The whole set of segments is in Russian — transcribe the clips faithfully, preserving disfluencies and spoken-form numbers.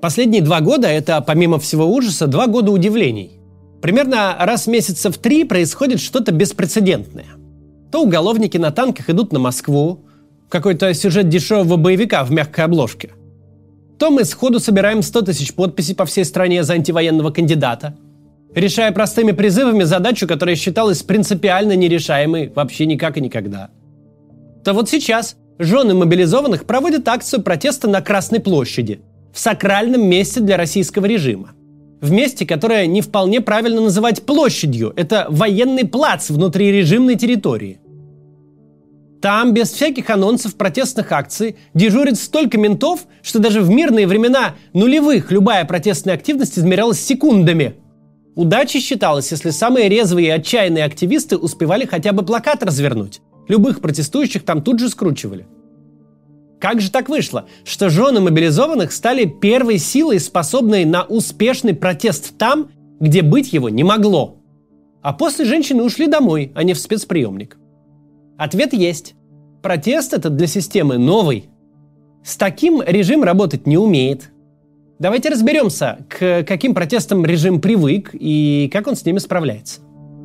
Последние два года – это, помимо всего ужаса, два года удивлений. Примерно раз в месяца в три происходит что-то беспрецедентное. То уголовники на танках идут на Москву, какой-то сюжет дешевого боевика в мягкой обложке. То мы сходу собираем сто тысяч подписей по всей стране за антивоенного кандидата, решая простыми призывами задачу, которая считалась принципиально нерешаемой вообще никак и никогда. То вот сейчас жены мобилизованных проводят акцию протеста на Красной площади, в сакральном месте для российского режима. В месте, которое не вполне правильно называть площадью. Это военный плац внутри режимной территории. Там, без всяких анонсов протестных акций, дежурит столько ментов, что даже в мирные времена нулевых любая протестная активность измерялась секундами. Удачей считалось, если самые резвые и отчаянные активисты успевали хотя бы плакат развернуть. Любых протестующих там тут же скручивали. Как же так вышло, что жены мобилизованных стали первой силой, способной на успешный протест там, где быть его не могло? А после женщины ушли домой, а не в спецприемник. Ответ есть. Протест этот для системы новый. С таким режим работать не умеет. Давайте разберемся, к каким протестам режим привык и как он с ними справляется.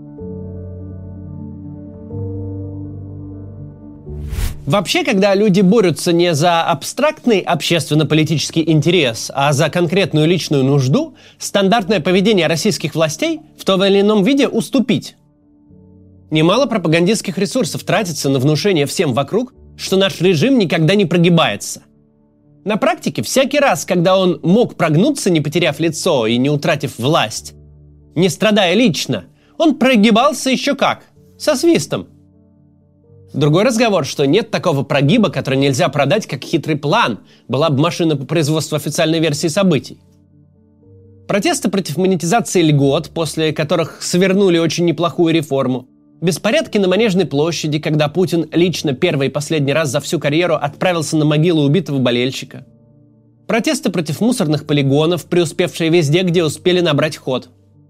Вообще, когда люди борются не за абстрактный общественно-политический интерес, а за конкретную личную нужду, стандартное поведение российских властей в том или ином виде уступить. Немало пропагандистских ресурсов тратится на внушение всем вокруг, что наш режим никогда не прогибается. На практике, всякий раз, когда он мог прогнуться, не потеряв лицо и не утратив власть, не страдая лично, он прогибался еще как, со свистом. Другой разговор, что нет такого прогиба, который нельзя продать как хитрый план, была бы машина по производству официальной версии событий. Протесты против монетизации льгот, после которых свернули очень неплохую реформу, беспорядки на Манежной площади, когда Путин лично первый и последний раз за всю карьеру отправился на могилу убитого болельщика, протесты против мусорных полигонов, преуспевшие везде, где успели набрать ход.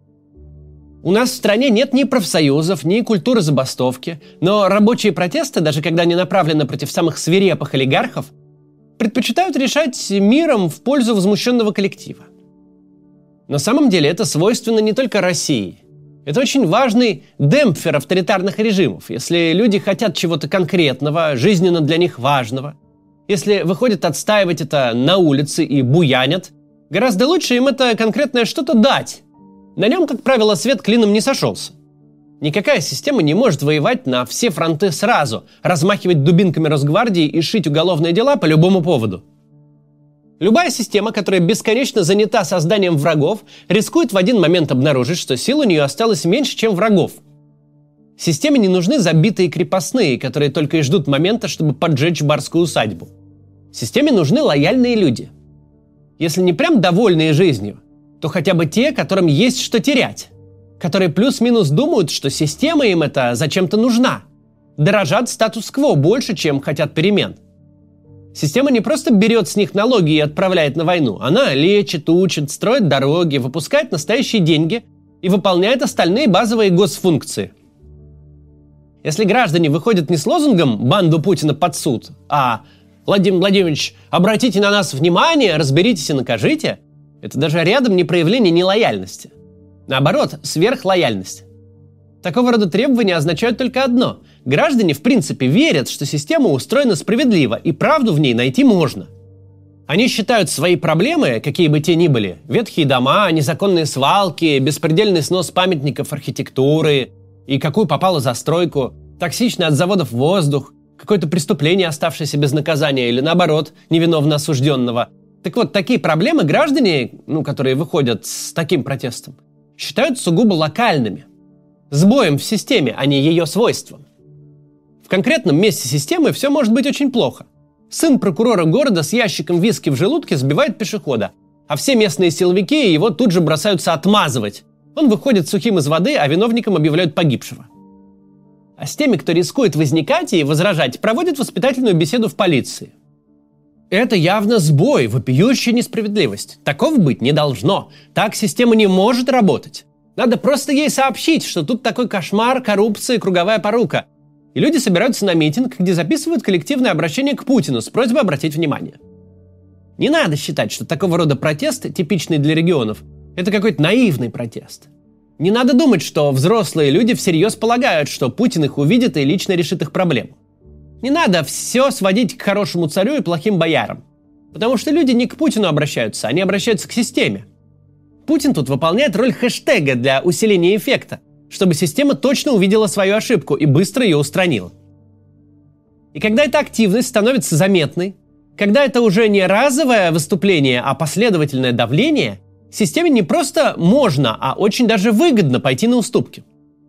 У нас в стране нет ни профсоюзов, ни культуры забастовки, но рабочие протесты, даже когда они направлены против самых свирепых олигархов, предпочитают решать миром в пользу возмущенного коллектива. На самом деле это свойственно не только России. Это очень важный демпфер авторитарных режимов. Если люди хотят чего-то конкретного, жизненно для них важного, если выходят отстаивать это на улице и буянят, гораздо лучше им это конкретное что-то дать. На нем, как правило, свет клином не сошелся. Никакая система не может воевать на все фронты сразу, размахивать дубинками Росгвардии и шить уголовные дела по любому поводу. Любая система, которая бесконечно занята созданием врагов, рискует в один момент обнаружить, что сил у нее осталось меньше, чем врагов. Системе не нужны забитые крепостные, которые только и ждут момента, чтобы поджечь барскую усадьбу. Системе нужны лояльные люди. Если не прям довольные жизнью, то хотя бы те, которым есть что терять, которые плюс-минус думают, что система им это зачем-то нужна, дорожат статус-кво больше, чем хотят перемен. Система не просто берет с них налоги и отправляет на войну, она лечит, учит, строит дороги, выпускает настоящие деньги и выполняет остальные базовые госфункции. Если граждане выходят не с лозунгом «банду Путина под суд», а «Владимир Владимирович, обратите на нас внимание, разберитесь и накажите», это даже рядом не проявление нелояльности. Наоборот, сверхлояльность. Такого рода требования означают только одно. Граждане, в принципе, верят, что система устроена справедливо, и правду в ней найти можно. Они считают свои проблемы, какие бы те ни были, ветхие дома, незаконные свалки, беспредельный снос памятников архитектуры и какую попало застройку, токсичный от заводов воздух, какое-то преступление, оставшееся без наказания, или наоборот, невиновно осужденного. Так вот, такие проблемы граждане, ну, которые выходят с таким протестом, считают сугубо локальными. Сбоем в системе, а не ее свойством. В конкретном месте системы все может быть очень плохо. Сын прокурора города с ящиком виски в желудке сбивает пешехода, а все местные силовики его тут же бросаются отмазывать. Он выходит сухим из воды, а виновником объявляют погибшего. А с теми, кто рискует возникать и возражать, проводят воспитательную беседу в полиции. Это явно сбой, вопиющая несправедливость. Такого быть не должно. Так система не может работать. Надо просто ей сообщить, что тут такой кошмар, коррупция и круговая порука. И люди собираются на митинг, где записывают коллективное обращение к Путину с просьбой обратить внимание. Не надо считать, что такого рода протест, типичный для регионов, это какой-то наивный протест. Не надо думать, что взрослые люди всерьез полагают, что Путин их увидит и лично решит их проблему. Не надо все сводить к хорошему царю и плохим боярам. Потому что люди не к Путину обращаются, они обращаются к системе. Путин тут выполняет роль хэштега для усиления эффекта, чтобы система точно увидела свою ошибку и быстро ее устранила. И когда эта активность становится заметной, когда это уже не разовое выступление, а последовательное давление, системе не просто можно, а очень даже выгодно пойти на уступки.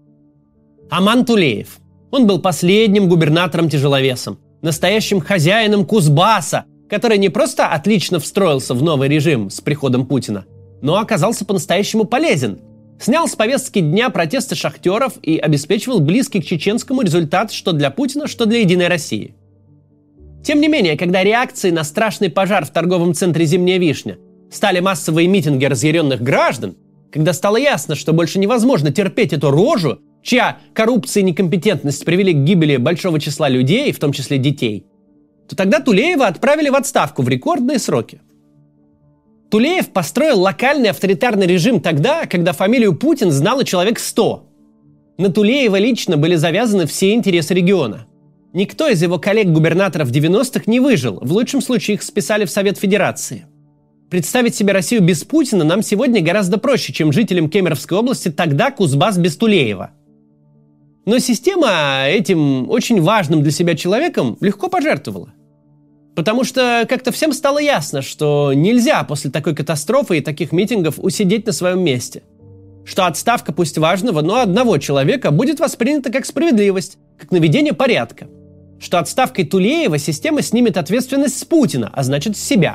Аман Тулеев. Он был последним губернатором-тяжеловесом, настоящим хозяином Кузбасса, который не просто отлично встроился в новый режим с приходом Путина, но оказался по-настоящему полезен. Снял с повестки дня протесты шахтеров и обеспечивал близкий к чеченскому результат что для Путина, что для Единой России. Тем не менее, когда реакцией на страшный пожар в торговом центре «Зимняя вишня» стали массовые митинги разъяренных граждан, когда стало ясно, что больше невозможно терпеть эту рожу, чья коррупция и некомпетентность привели к гибели большого числа людей, в том числе детей, то тогда Тулеева отправили в отставку в рекордные сроки. Тулеев построил локальный авторитарный режим тогда, когда фамилию Путин знало человек сто. На Тулеева лично были завязаны все интересы региона. Никто из его коллег-губернаторов девяностых не выжил, в лучшем случае их списали в Совет Федерации. Представить себе Россию без Путина нам сегодня гораздо проще, чем жителям Кемеровской области тогда Кузбасс без Тулеева. Но система этим очень важным для себя человеком легко пожертвовала. Потому что как-то всем стало ясно, что нельзя после такой катастрофы и таких митингов усидеть на своем месте. Что отставка пусть важного, но одного человека будет воспринята как справедливость, как наведение порядка. Что отставкой Тулеева система снимет ответственность с Путина, а значит с себя.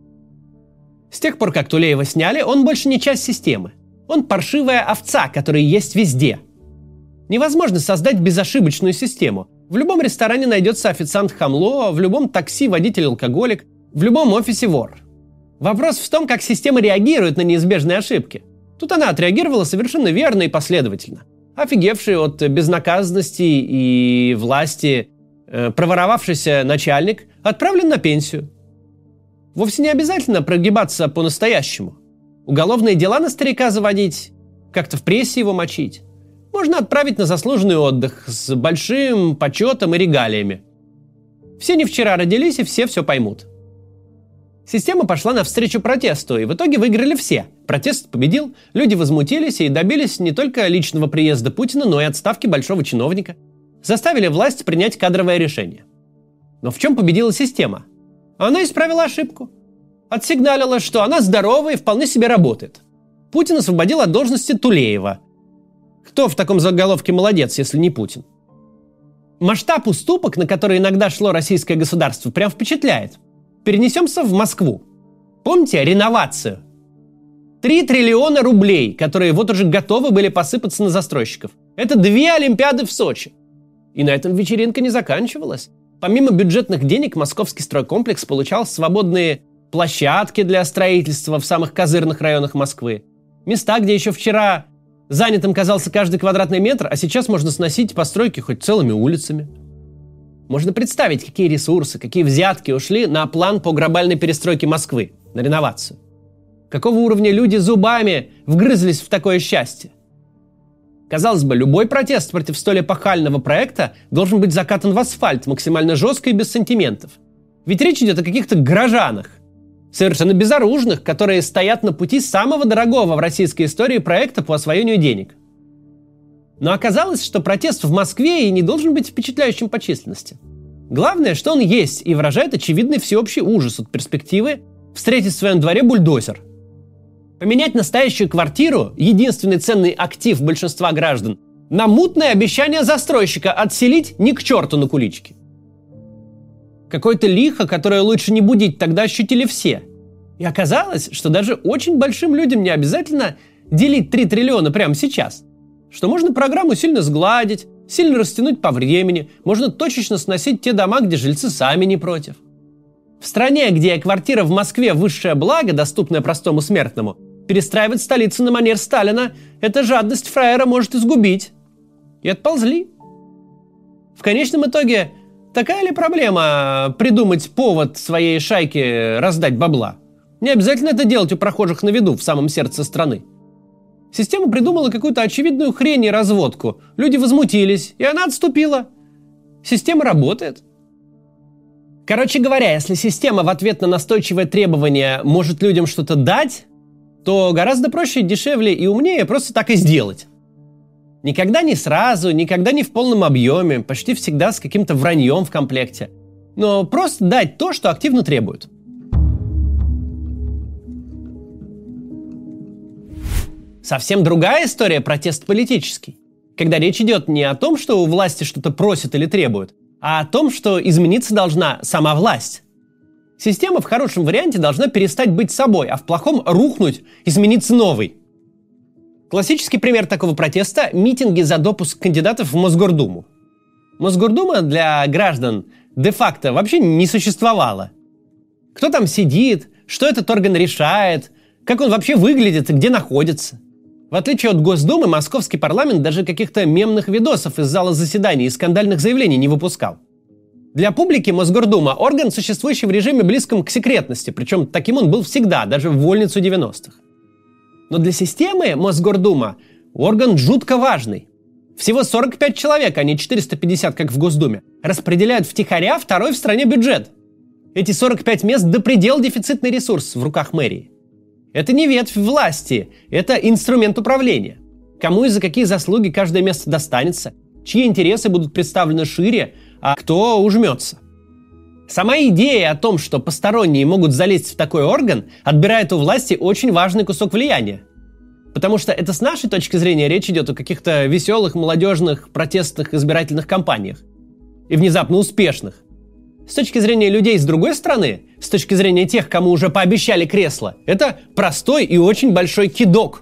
С тех пор, как Тулеева сняли, он больше не часть системы. Он паршивая овца, которая есть везде. Невозможно создать безошибочную систему. В любом ресторане найдется официант-хамло, в любом такси водитель-алкоголик, в любом офисе вор. Вопрос в том, как система реагирует на неизбежные ошибки. Тут она отреагировала совершенно верно и последовательно. Офигевший от безнаказанности и власти э, проворовавшийся начальник отправлен на пенсию. Вовсе не обязательно прогибаться по-настоящему. Уголовные дела на старика заводить, как-то в прессе его мочить. Можно отправить на заслуженный отдых с большим почетом и регалиями. Все не вчера родились, и все все поймут. Система пошла навстречу протесту, и в итоге выиграли все. Протест победил, люди возмутились и добились не только личного приезда Путина, но и отставки большого чиновника. Заставили власть принять кадровое решение. Но в чем победила система? Она исправила ошибку. Отсигналила, что она здорова и вполне себе работает. Путин освободил от должности Тулеева. Кто в таком заголовке молодец, если не Путин? Масштаб уступок, на который иногда шло российское государство, прям впечатляет. Перенесемся в Москву. Помните реновацию? Три триллиона рублей, которые вот уже готовы были посыпаться на застройщиков. Это две Олимпиады в Сочи. И на этом вечеринка не заканчивалась. Помимо бюджетных денег, московский стройкомплекс получал свободные площадки для строительства в самых козырных районах Москвы. Места, где еще вчера занятым казался каждый квадратный метр, а сейчас можно сносить постройки хоть целыми улицами. Можно представить, какие ресурсы, какие взятки ушли на план по глобальной перестройке Москвы, на реновацию. Какого уровня люди зубами вгрызлись в такое счастье? Казалось бы, любой протест против столь эпохального проекта должен быть закатан в асфальт максимально жестко и без сантиментов. Ведь речь идет о каких-то горожанах, совершенно безоружных, которые стоят на пути самого дорогого в российской истории проекта по освоению денег. Но оказалось, что протест в Москве и не должен быть впечатляющим по численности. Главное, что он есть и выражает очевидный всеобщий ужас от перспективы встретить в своем дворе бульдозер. Поменять настоящую квартиру, единственный ценный актив большинства граждан, на мутное обещание застройщика отселить ни к черту на куличке. Какое-то лихо, которое лучше не будить, тогда ощутили все. И оказалось, что даже очень большим людям не обязательно делить три триллиона прямо сейчас. Что можно программу сильно сгладить, сильно растянуть по времени, можно точечно сносить те дома, где жильцы сами не против. В стране, где квартира в Москве высшее благо, доступное простому смертному, перестраивать столицу на манер Сталина – эта жадность фраера может изгубить. И отползли. В конечном итоге Такая ли проблема придумать повод своей шайке раздать бабла? Не обязательно это делать у прохожих на виду в самом сердце страны. Система придумала какую-то очевидную хрень и разводку. Люди возмутились, и она отступила. Система работает. Короче говоря, если система в ответ на настойчивое требование может людям что-то дать, то гораздо проще, дешевле и умнее просто так и сделать. Никогда не сразу, никогда не в полном объеме, почти всегда с каким-то враньем в комплекте. Но просто дать то, что активно требуют. Совсем другая история протест политический. Когда речь идет не о том, что у власти что-то просят или требуют, а о том, что измениться должна сама власть. Система в хорошем варианте должна перестать быть собой, а в плохом рухнуть, измениться новой. Классический пример такого протеста – митинги за допуск кандидатов в Мосгордуму. Мосгордума для граждан де-факто вообще не существовала. Кто там сидит, что этот орган решает, как он вообще выглядит и где находится. В отличие от Госдумы, московский парламент даже каких-то мемных видосов из зала заседаний и скандальных заявлений не выпускал. Для публики Мосгордума – орган, существующий в режиме близком к секретности, причем таким он был всегда, даже в вольницу девяностых. Но для системы Мосгордума орган жутко важный. Всего сорок пять человек, а не четыреста пятьдесят, как в Госдуме, распределяют втихаря второй в стране бюджет. Эти сорок пять мест – до предела дефицитный ресурс в руках мэрии. Это не ветвь власти, это инструмент управления. Кому и за какие заслуги каждое место достанется, чьи интересы будут представлены шире, а кто ужмется. Сама идея о том, что посторонние могут залезть в такой орган, отбирает у власти очень важный кусок влияния. Потому что это с нашей точки зрения речь идет о каких-то веселых, молодежных, протестных избирательных кампаниях. И внезапно успешных. С точки зрения людей с другой стороны, с точки зрения тех, кому уже пообещали кресло, это простой и очень большой кидок.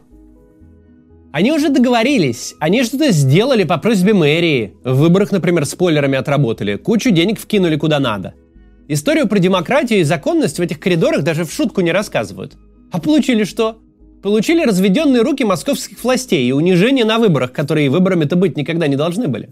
Они уже договорились, они что-то сделали по просьбе мэрии. В выборах, например, спойлерами отработали, кучу денег вкинули куда надо. Историю про демократию и законность в этих коридорах даже в шутку не рассказывают. А получили что? Получили разведенные руки московских властей и унижение на выборах, которые выборами-то быть никогда не должны были.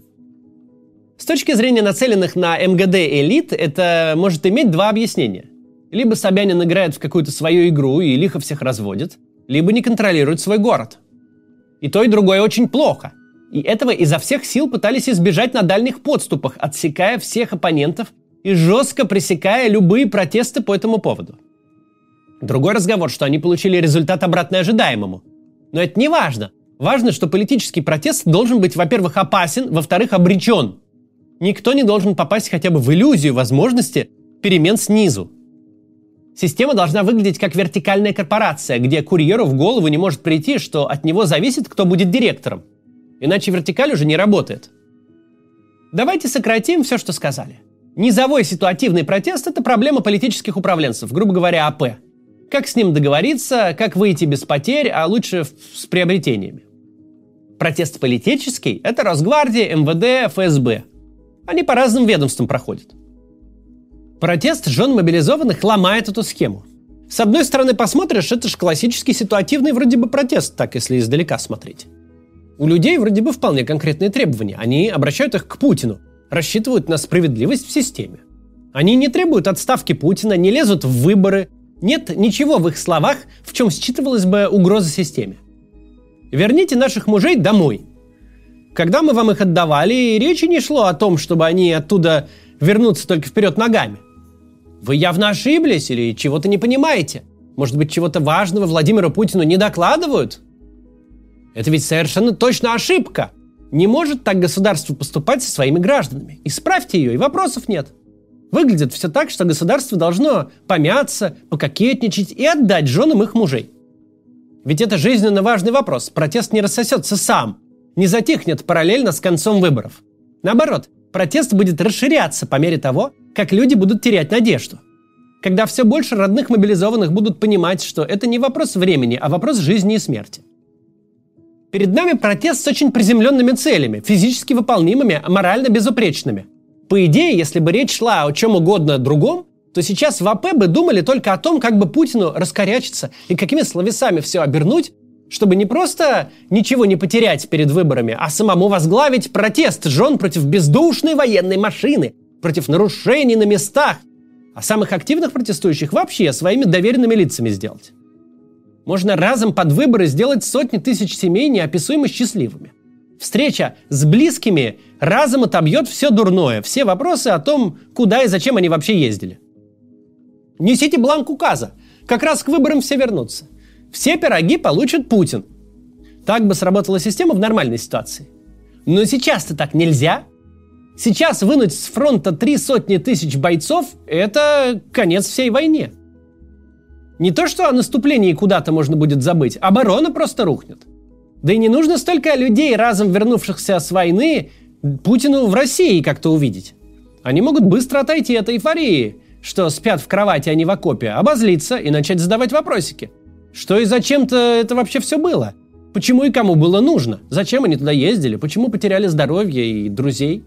С точки зрения нацеленных на эм гэ дэ элит, это может иметь два объяснения. Либо Собянин играет в какую-то свою игру и лихо всех разводит, либо не контролирует свой город. И то, и другое очень плохо. И этого изо всех сил пытались избежать на дальних подступах, отсекая всех оппонентов и жестко пресекая любые протесты по этому поводу. Другой разговор, что они получили результат обратный ожидаемому. Но это не важно. Важно, что политический протест должен быть, во-первых, опасен, во-вторых, обречен. Никто не должен попасть хотя бы в иллюзию возможности перемен снизу. Система должна выглядеть как вертикальная корпорация, где курьеру в голову не может прийти, что от него зависит, кто будет директором. Иначе вертикаль уже не работает. Давайте сократим все, что сказали. Низовой ситуативный протест – это проблема политических управленцев, грубо говоря, а пэ. Как с ним договориться, как выйти без потерь, а лучше с приобретениями. Протест политический – это Росгвардия, эм вэ дэ, эф эс бэ. Они по разным ведомствам проходят. Протест жен мобилизованных ломает эту схему. С одной стороны, посмотришь, это же классический ситуативный вроде бы протест, так если издалека смотреть. У людей вроде бы вполне конкретные требования. Они обращают их к Путину, рассчитывают на справедливость в системе. Они не требуют отставки Путина, не лезут в выборы. Нет ничего в их словах, в чем считывалась бы угроза системе. Верните наших мужей домой. Когда мы вам их отдавали, речи не шло о том, чтобы они оттуда вернутся только вперед ногами. Вы явно ошиблись или чего-то не понимаете. Может быть, чего-то важного Владимиру Путину не докладывают? Это ведь совершенно точно ошибка. Не может так государство поступать со своими гражданами. Исправьте ее, и вопросов нет. Выглядит все так, что государство должно помяться, пококетничать и отдать женам их мужей. Ведь это жизненно важный вопрос. Протест не рассосется сам, не затихнет параллельно с концом выборов. Наоборот, протест будет расширяться по мере того, как люди будут терять надежду. Когда все больше родных мобилизованных будут понимать, что это не вопрос времени, а вопрос жизни и смерти. Перед нами протест с очень приземленными целями, физически выполнимыми, морально безупречными. По идее, если бы речь шла о чем угодно другом, то сейчас в а пэ бы думали только о том, как бы Путину раскорячиться и какими словесами все обернуть, чтобы не просто ничего не потерять перед выборами, а самому возглавить протест жен против бездушной военной машины, против нарушений на местах, а самых активных протестующих вообще своими доверенными лицами сделать. Можно разом под выборы сделать сотни тысяч семей неописуемо счастливыми. Встреча с близкими разом отобьет все дурное, все вопросы о том, куда и зачем они вообще ездили. Несите бланк указа, как раз к выборам все вернутся. Все пироги получит Путин. Так бы сработала система в нормальной ситуации. Но сейчас-то так нельзя. Сейчас вынуть с фронта три сотни тысяч бойцов – это конец всей войне. Не то, что о наступлении куда-то можно будет забыть, оборона просто рухнет. Да и не нужно столько людей, разом вернувшихся с войны, Путину в России как-то увидеть. Они могут быстро отойти от эйфории, что спят в кровати, а не в окопе, обозлиться и начать задавать вопросики. Что и зачем-то это вообще все было? Почему и кому было нужно? Зачем они туда ездили? Почему потеряли здоровье и друзей?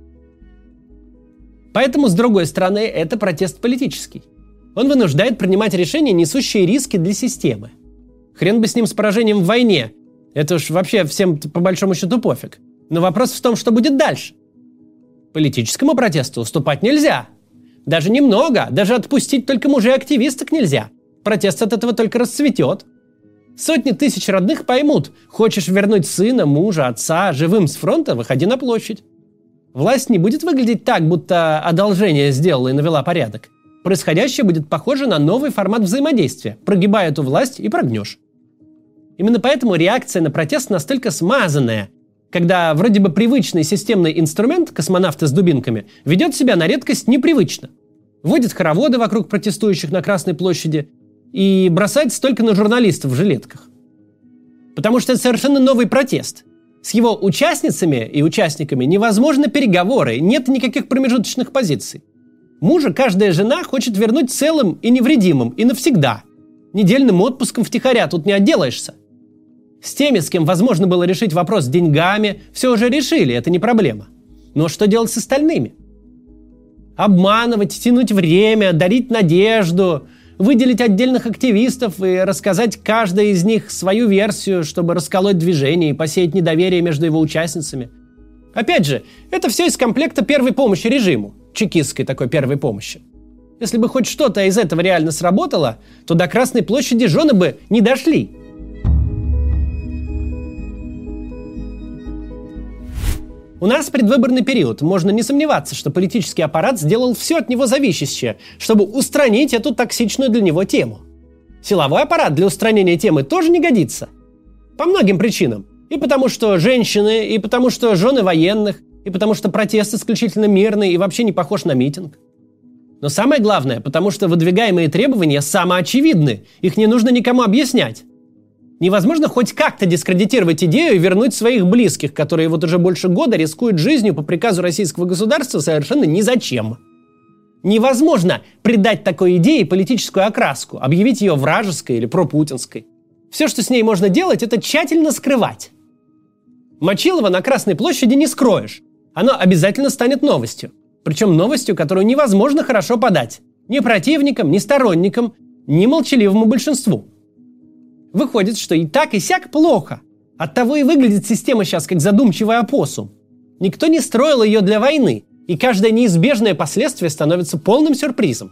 Поэтому, с другой стороны, это протест политический. Он вынуждает принимать решения, несущие риски для системы. Хрен бы с ним с поражением в войне. Это уж вообще всем по большому счету пофиг. Но вопрос в том, что будет дальше. Политическому протесту уступать нельзя. Даже немного, даже отпустить только мужей-активисток нельзя. Протест от этого только расцветет. Сотни тысяч родных поймут, хочешь вернуть сына, мужа, отца живым с фронта, выходи на площадь. Власть не будет выглядеть так, будто одолжение сделала и навела порядок. Происходящее будет похоже на новый формат взаимодействия. Прогибай эту власть и прогнешь. Именно поэтому реакция на протест настолько смазанная, когда вроде бы привычный системный инструмент, космонавты с дубинками, ведет себя на редкость непривычно. Водит хороводы вокруг протестующих на Красной площади и бросается только на журналистов в жилетках. Потому что это совершенно новый протест. С его участницами и участниками невозможны переговоры, нет никаких промежуточных позиций. Мужа каждая жена хочет вернуть целым и невредимым, и навсегда. Недельным отпуском втихаря тут не отделаешься. С теми, с кем возможно было решить вопрос с деньгами, все уже решили, это не проблема. Но что делать с остальными? Обманывать, тянуть время, дарить надежду, выделить отдельных активистов и рассказать каждой из них свою версию, чтобы расколоть движение и посеять недоверие между его участницами. Опять же, это все из комплекта первой помощи режиму, чекистской такой первой помощи. Если бы хоть что-то из этого реально сработало, то до Красной площади жены бы не дошли. У нас предвыборный период. Можно не сомневаться, что политический аппарат сделал все от него зависящее, чтобы устранить эту токсичную для него тему. Силовой аппарат для устранения темы тоже не годится. По многим причинам. И потому что женщины, и потому что жены военных, и потому что протест исключительно мирный и вообще не похож на митинг. Но самое главное, потому что выдвигаемые требования самоочевидны, их не нужно никому объяснять. Невозможно хоть как-то дискредитировать идею и вернуть своих близких, которые вот уже больше года рискуют жизнью по приказу российского государства совершенно ни зачем. Невозможно придать такой идее политическую окраску, объявить ее вражеской или пропутинской. Все, что с ней можно делать, это тщательно скрывать. Мочилова на Красной площади не скроешь. Оно обязательно станет новостью. Причем новостью, которую невозможно хорошо подать. Ни противникам, ни сторонникам, ни молчаливому большинству. Выходит, что и так, и сяк плохо. Оттого и выглядит система сейчас как задумчивый опоссум. Никто не строил ее для войны, и каждое неизбежное последствие становится полным сюрпризом.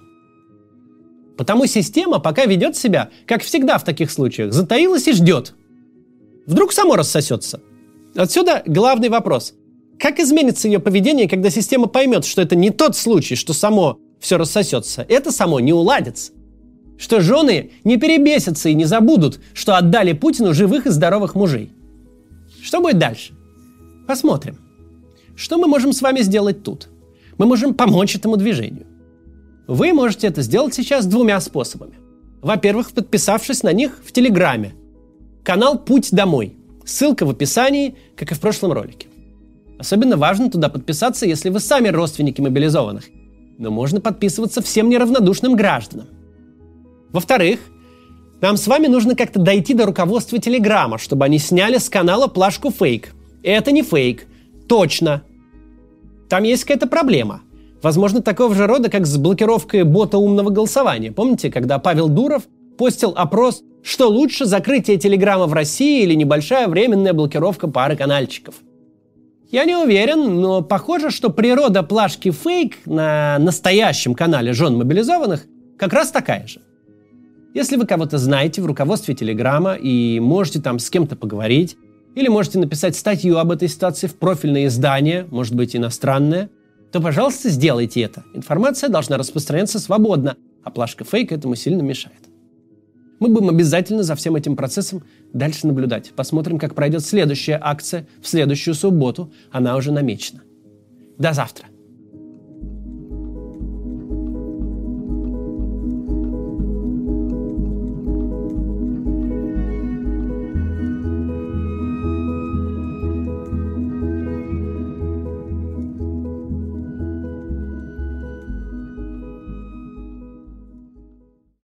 Потому система пока ведет себя, как всегда в таких случаях, затаилась и ждет. Вдруг само рассосется. Отсюда главный вопрос. Как изменится ее поведение, когда система поймет, что это не тот случай, что само все рассосется, это само не уладится? Что жены не перебесятся и не забудут, что отдали Путину живых и здоровых мужей. Что будет дальше? Посмотрим. Что мы можем с вами сделать тут? Мы можем помочь этому движению. Вы можете это сделать сейчас двумя способами. Во-первых, подписавшись на них в Телеграме. Канал «Путь домой». Ссылка в описании, как и в прошлом ролике. Особенно важно туда подписаться, если вы сами родственники мобилизованных. Но можно подписываться всем неравнодушным гражданам. Во-вторых, нам с вами нужно как-то дойти до руководства Телеграма, чтобы они сняли с канала плашку «фейк». Это не фейк. Точно. Там есть какая-то проблема. Возможно, такого же рода, как с блокировкой бота умного голосования. Помните, когда Павел Дуров постил опрос, что лучше, закрытие Телеграма в России или небольшая временная блокировка пары канальчиков? Я не уверен, но похоже, что природа плашки фейк на настоящем канале жен мобилизованных как раз такая же. Если вы кого-то знаете в руководстве Телеграма и можете там с кем-то поговорить, или можете написать статью об этой ситуации в профильное издание, может быть, иностранное, то, пожалуйста, сделайте это. Информация должна распространяться свободно, а плашка фейк этому сильно мешает. Мы будем обязательно за всем этим процессом дальше наблюдать. Посмотрим, как пройдет следующая акция в следующую субботу. Она уже намечена. До завтра.